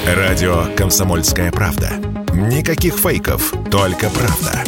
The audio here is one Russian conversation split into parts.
Радио «Комсомольская правда». Никаких фейков, только правда.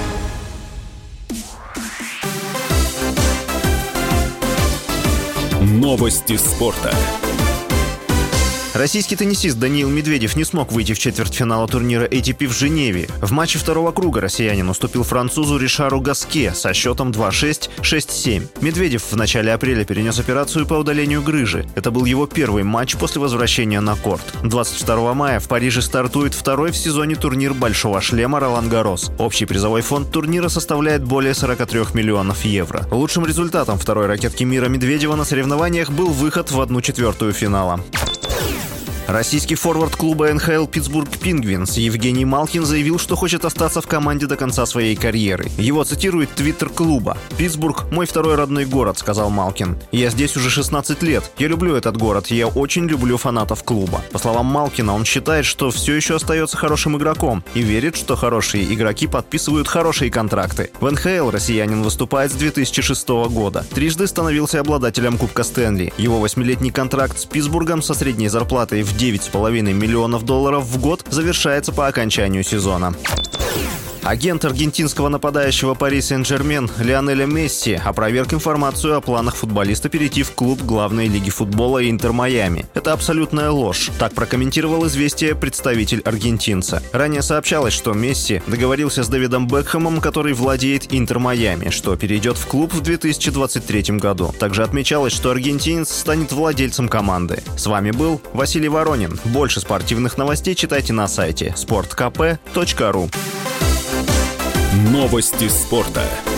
Новости спорта. Российский теннисист Даниил Медведев не смог выйти в четвертьфинала турнира ATP в Женеве. В матче второго круга россиянин уступил французу Ришару Гаске со счетом 2-6, 6-7. Медведев в начале апреля перенес операцию по удалению грыжи. Это был его первый матч после возвращения на корт. 22 мая в Париже стартует второй в сезоне турнир «Большого шлема» Ролан-Гаррос. Общий призовой фонд турнира составляет более 43 миллионов евро. Лучшим результатом второй ракетки мира Медведева на соревнованиях был выход в 1/4 финала. Российский форвард клуба НХЛ «Питтсбург Пингвинс» Евгений Малкин заявил, что хочет остаться в команде до конца своей карьеры. Его цитирует твиттер клуба. «Питтсбург – мой второй родной город», – сказал Малкин. «Я здесь уже 16 лет. Я люблю этот город, и я очень люблю фанатов клуба». По словам Малкина, он считает, что все еще остается хорошим игроком и верит, что хорошие игроки подписывают хорошие контракты. В НХЛ россиянин выступает с 2006 года. Трижды становился обладателем Кубка Стэнли. Его 8-летний контракт с Питтсбургом со средней зарплатой в $9,5 миллионов в год завершается по окончанию сезона. Агент аргентинского нападающего Пари Сен-Жермен Лионеля Месси опроверг информацию о планах футболиста перейти в клуб главной лиги футбола Интер Майами. Это абсолютная ложь. Так прокомментировал «Известия» представитель аргентинца. Ранее сообщалось, что Месси договорился с Дэвидом Бекхэмом, который владеет Интер Майами, что перейдет в клуб в 2023 году. Также отмечалось, что аргентинец станет владельцем команды. С вами был Василий Воронин. Больше спортивных новостей читайте на сайте sportkp.ru. Новости спорта.